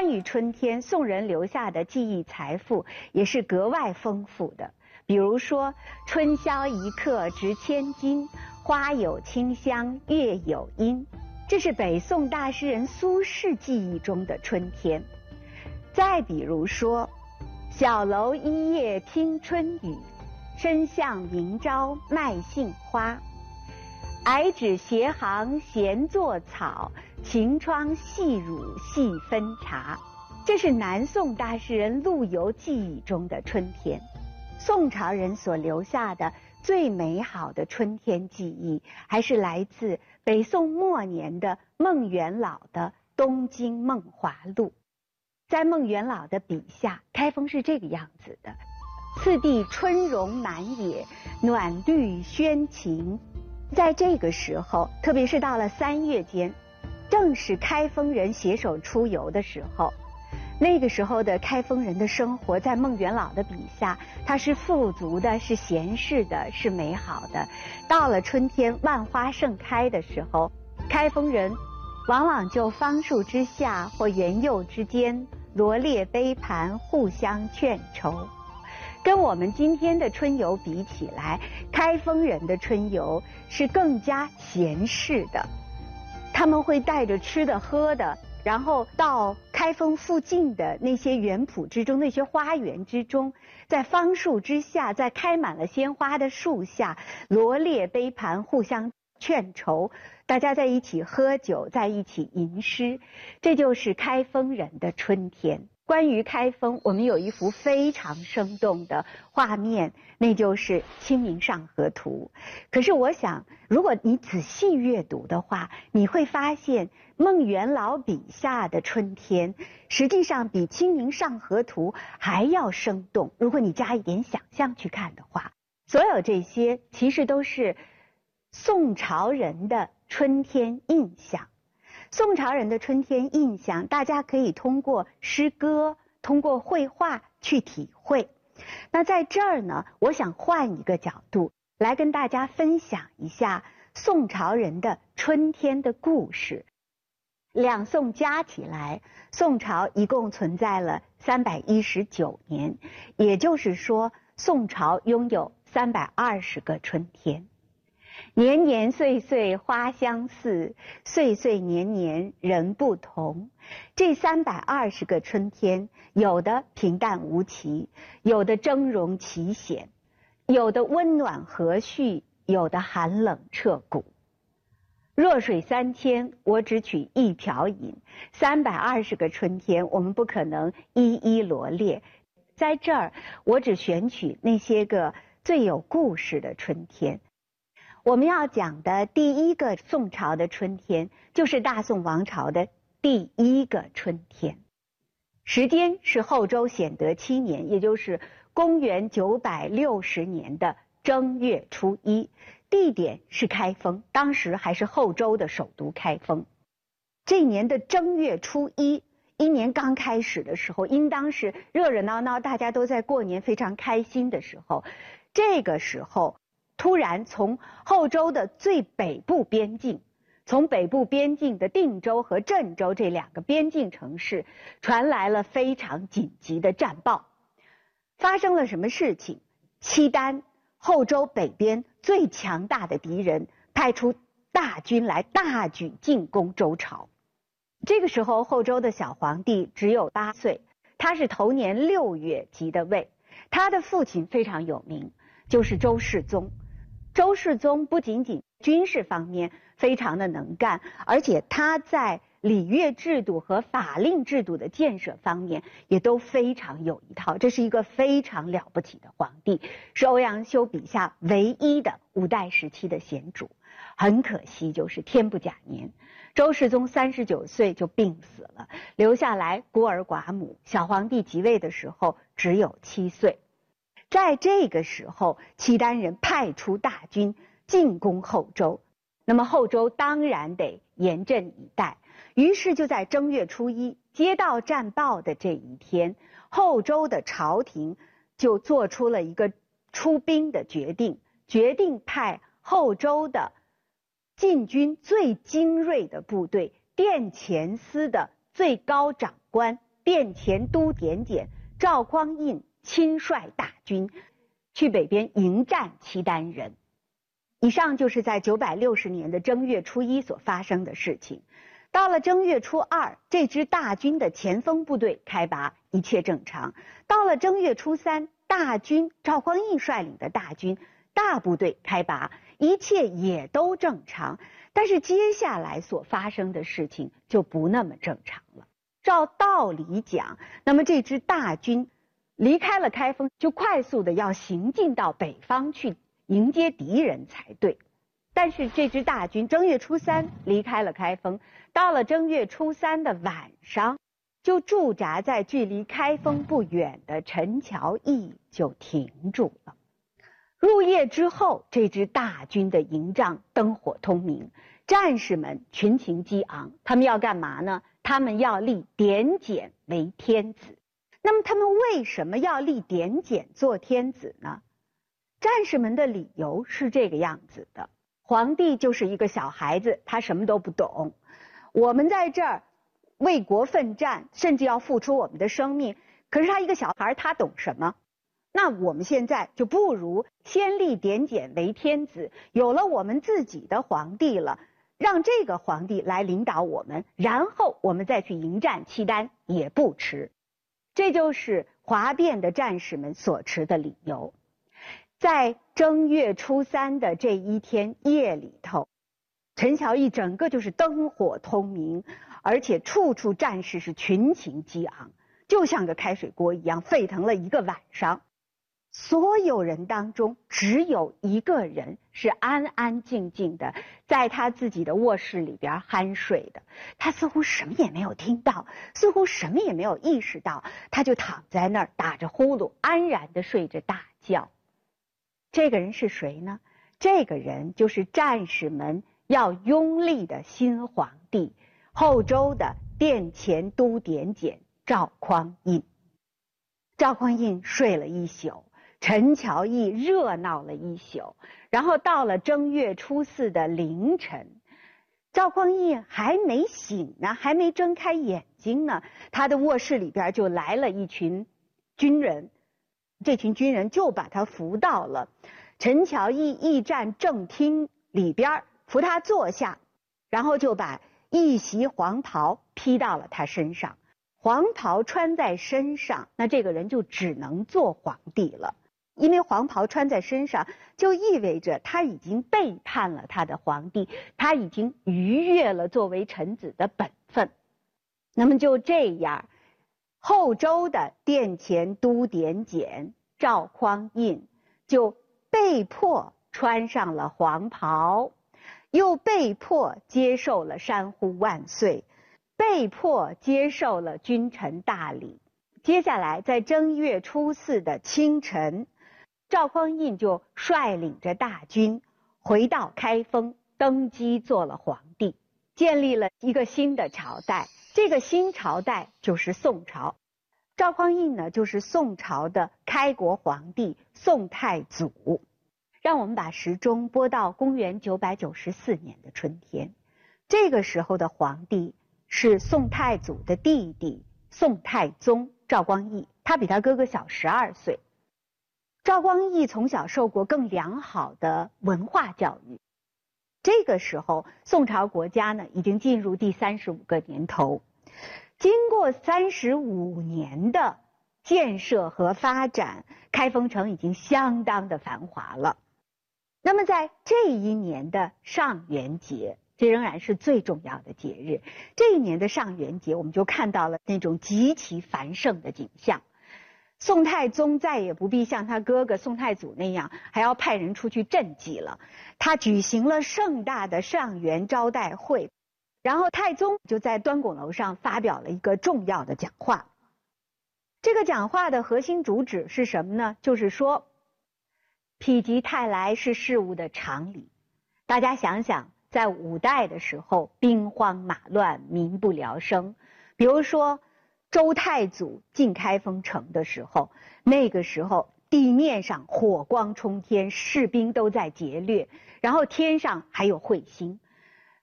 关于春天，宋人留下的记忆财富也是格外丰富的。比如说“春宵一刻值千金，花有清香月有阴”，这是北宋大诗人苏轼记忆中的春天。再比如说“小楼一夜听春雨，深巷明朝卖杏花”。矮纸斜行闲作草，晴窗细乳细分茶。这是南宋大诗人陆游记忆中的春天。宋朝人所留下的最美好的春天记忆，还是来自北宋末年的孟元老的《东京梦华录》。在孟元老的笔下，开封是这个样子的：次第春容满野，暖绿轩晴。在这个时候，特别是到了3月间，正是开封人携手出游的时候。那个时候的开封人的生活，在孟元老的笔下，它是富足的，是闲适的，是美好的。到了春天万花盛开的时候，开封人往往就芳树之下或园囿之间，罗列杯盘，互相劝酬。跟我们今天的春游比起来，开封人的春游是更加闲适的。他们会带着吃的喝的，然后到开封附近的那些园圃之中，那些花园之中，在芳树之下，在开满了鲜花的树下，罗列杯盘，互相劝酬，大家在一起喝酒，在一起吟诗，这就是开封人的春天。关于开封，我们有一幅非常生动的画面，那就是《清明上河图》。可是我想，如果你仔细阅读的话，你会发现孟元老笔下的春天，实际上比《清明上河图》还要生动。如果你加一点想象去看的话，所有这些其实都是宋朝人的春天印象。宋朝人的春天印象，大家可以通过诗歌、通过绘画去体会。那在这儿呢，我想换一个角度来跟大家分享一下宋朝人的春天的故事。两宋加起来，宋朝一共存在了319年，也就是说，宋朝拥有320个春天。年年岁岁花相似，岁岁年年人不同。这320个春天，有的平淡无奇，有的峥嵘奇险，有的温暖和煦，有的寒冷彻骨。弱水三千，我只取一瓢饮。320个春天，我们不可能一一罗列。在这儿，我只选取那些个最有故事的春天。我们要讲的第一个宋朝的春天，就是大宋王朝的第一个春天。时间是后周显德7年，也就是公元960年的正月初1，地点是开封，当时还是后周的首都开封。这年的正月初1，一年刚开始的时候，应当是热热闹闹，大家都在过年，非常开心的时候。这个时候突然从后周的最北部边境，从北部边境的定州和镇州这2个边境城市传来了非常紧急的战报。发生了什么事情？契丹，后周北边最强大的敌人，派出大军来大举进攻周朝。这个时候后周的小皇帝只有8岁，他是头年6月即的位，他的父亲非常有名，就是周世宗。周世宗不仅仅军事方面非常的能干，而且他在礼乐制度和法令制度的建设方面也都非常有一套。这是一个非常了不起的皇帝，是欧阳修笔下唯一的5代时期的贤主。很可惜，就是天不假年，周世宗39岁就病死了，留下来孤儿寡母。小皇帝即位的时候只有7岁。在这个时候，契丹人派出大军进攻后周，那么后周当然得严阵以待。于是就在正月初1接到战报的这一天，后周的朝廷就做出了一个出兵的决定，决定派后周的禁军最精锐的部队殿前司的最高长官殿前都点检赵匡胤亲率大军去北边迎战契丹人。以上就是在960年的正月初一所发生的事情。到了正月初二，这支大军的前锋部队开拔，一切正常。到了正月初三，大军赵匡胤率领的大军大部队开拔，一切也都正常。但是接下来所发生的事情就不那么正常了。照道理讲，那么这支大军离开了开封，就快速的要行进到北方去迎接敌人才对。但是这支大军正月初三离开了开封，到了正月初三的晚上，就驻扎在距离开封不远的陈桥驿就停住了。入夜之后，这支大军的营帐灯火通明，战士们群情激昂。他们要干嘛呢？他们要立典检为天子。那么他们为什么要立典检做天子呢？战士们的理由是这个样子的：皇帝就是一个小孩子，他什么都不懂。我们在这儿为国奋战，甚至要付出我们的生命，可是他一个小孩，他懂什么？那我们现在就不如先立典检为天子，有了我们自己的皇帝了，让这个皇帝来领导我们，然后我们再去迎战契丹也不迟。这就是哗变的战士们所持的理由。在正月初三的这一天夜里头，陈桥驿整个就是灯火通明，而且处处战士是群情激昂，就像个开水锅一样沸腾了一个晚上。所有人当中只有一个人是安安静静的在他自己的卧室里边酣睡的，他似乎什么也没有听到，似乎什么也没有意识到，他就躺在那儿打着呼噜，安然的睡着大觉。这个人是谁呢？这个人就是战士们要拥立的新皇帝，后周的殿前都点检赵匡胤。赵匡胤睡了一宿，陈桥驿热闹了一宿，然后到了正月初四的凌晨，赵匡胤还没醒呢，还没睁开眼睛呢，他的卧室里边就来了一群军人，这群军人就把他扶到了陈桥驿驿站正厅里边，扶他坐下，然后就把一袭黄袍披到了他身上。黄袍穿在身上，那这个人就只能做皇帝了。因为黄袍穿在身上，就意味着他已经背叛了他的皇帝，他已经逾越了作为臣子的本分。那么就这样，后周的殿前都点检赵匡胤就被迫穿上了黄袍，又被迫接受了山呼万岁，被迫接受了君臣大礼。接下来在正月初四的清晨，赵匡胤就率领着大军回到开封，登基做了皇帝，建立了一个新的朝代。这个新朝代就是宋朝。赵匡胤呢，就是宋朝的开国皇帝宋太祖。让我们把时钟拨到公元994年的春天，这个时候的皇帝是宋太祖的弟弟宋太宗赵光义，他比他哥哥小12岁。赵光义从小受过更良好的文化教育。这个时候，宋朝国家呢已经进入第35个年头，经过35年的建设和发展，开封城已经相当的繁华了。那么在这一年的上元节，这仍然是最重要的节日。这一年的上元节，我们就看到了那种极其繁盛的景象。宋太宗再也不必像他哥哥宋太祖那样还要派人出去赈济了，他举行了盛大的上元招待会，然后太宗就在端拱楼上发表了一个重要的讲话。这个讲话的核心主旨是什么呢？就是说否极泰来是事物的常理。大家想想，在五代的时候，兵荒马乱，民不聊生。比如说周太祖进开封城的时候，那个时候地面上火光冲天，士兵都在劫掠，然后天上还有彗星。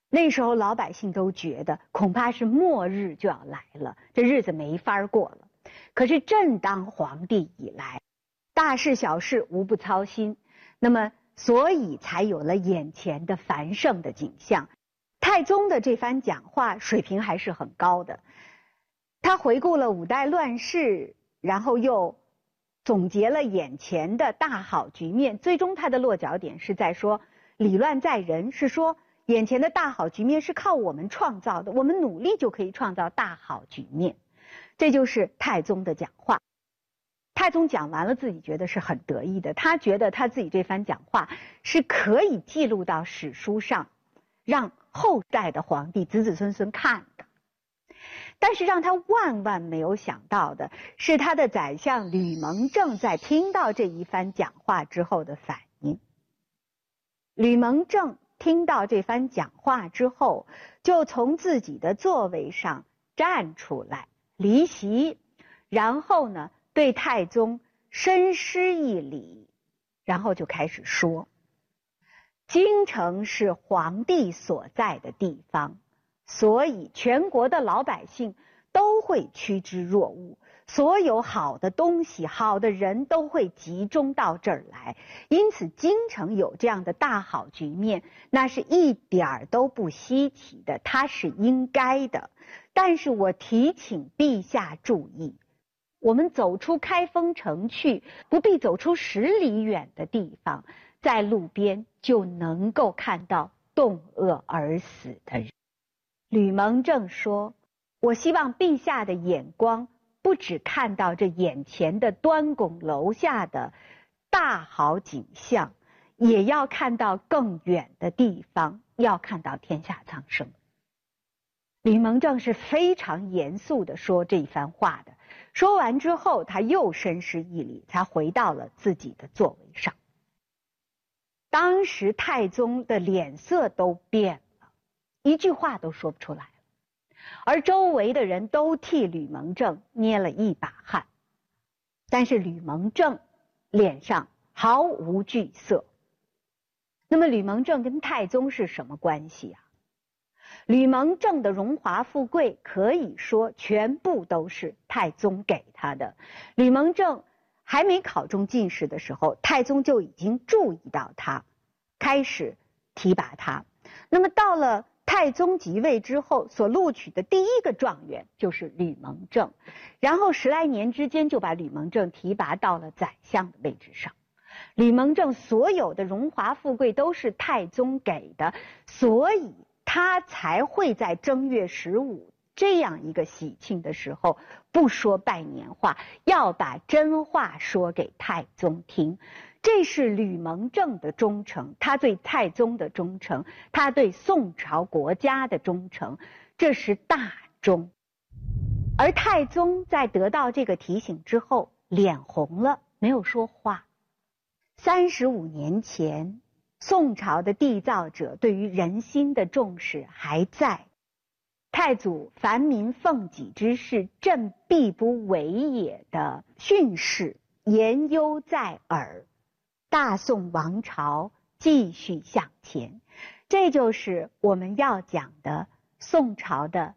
那时候老百姓都觉得恐怕是末日就要来了，这日子没法过了。可是正当皇帝以来，大事小事无不操心，那么所以才有了眼前的繁盛的景象。太宗的这番讲话水平还是很高的，他回顾了五代乱世，然后又总结了眼前的大好局面，最终他的落脚点是在说理乱在人，是说眼前的大好局面是靠我们创造的，我们努力就可以创造大好局面。这就是太宗的讲话。太宗讲完了，自己觉得是很得意的，他觉得他自己这番讲话是可以记录到史书上，让后代的皇帝子子孙孙看的。但是让他万万没有想到的是，他的宰相吕蒙正在听到这一番讲话之后的反应。吕蒙正听到这番讲话之后，就从自己的座位上站出来，离席，然后呢，对太宗深施一礼，然后就开始说：京城是皇帝所在的地方，所以全国的老百姓都会趋之若鹜，所有好的东西、好的人都会集中到这儿来，因此京城有这样的大好局面，那是一点儿都不稀奇的，它是应该的。但是我提请陛下注意，我们走出开封城去，不必走出10里远的地方，在路边就能够看到冻饿而死的人。吕蒙正说：我希望陛下的眼光不只看到这眼前的端拱楼下的大好景象，也要看到更远的地方，要看到天下苍生。吕蒙正是非常严肃地说这一番话的。说完之后，他又深施一礼，才回到了自己的座位上。当时太宗的脸色都变了，一句话都说不出来了，而周围的人都替吕蒙正捏了一把汗。但是吕蒙正脸上毫无惧色。那么吕蒙正跟太宗是什么关系啊？吕蒙正的荣华富贵可以说全部都是太宗给他的。吕蒙正还没考中进士的时候，太宗就已经注意到他，开始提拔他。那么到了太宗即位之后，所录取的第一个状元就是吕蒙正，然后10来年之间就把吕蒙正提拔到了宰相的位置上。吕蒙正所有的荣华富贵都是太宗给的，所以他才会在正月15这样一个喜庆的时候不说拜年话，要把真话说给太宗听。这是吕蒙正的忠诚，他对太宗的忠诚，他对宋朝国家的忠诚，这是大忠。而太宗在得到这个提醒之后，脸红了，没有说话。35年前，宋朝的缔造者对于人心的重视还在。太祖凡民奉己之事，朕必不为也的训示言犹在耳，大宋王朝继续向前。这就是我们要讲的宋朝的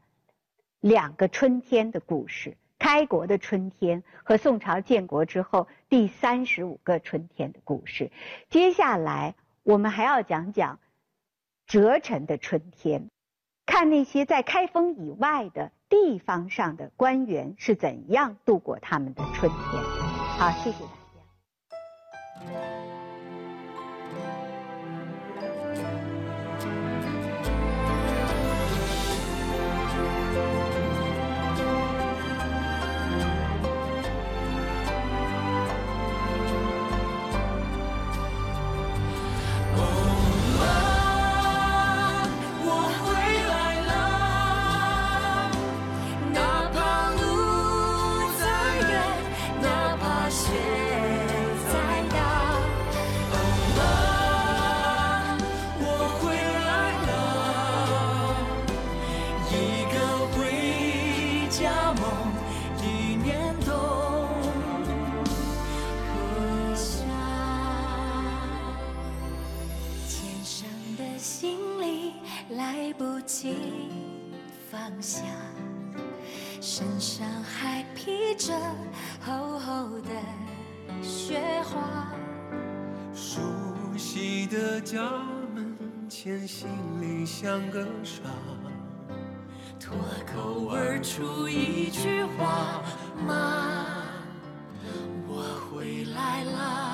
2个春天的故事，开国的春天和宋朝建国之后第35个春天的故事。接下来我们还要讲讲折陈的春天，看那些在开封以外的地方上的官员是怎样度过他们的春天。好，谢谢大家。 来来不及放下，身上还披着厚厚的雪花。 熟悉的家门前，心里像个傻， 脱口而出一句话：妈，我回来啦。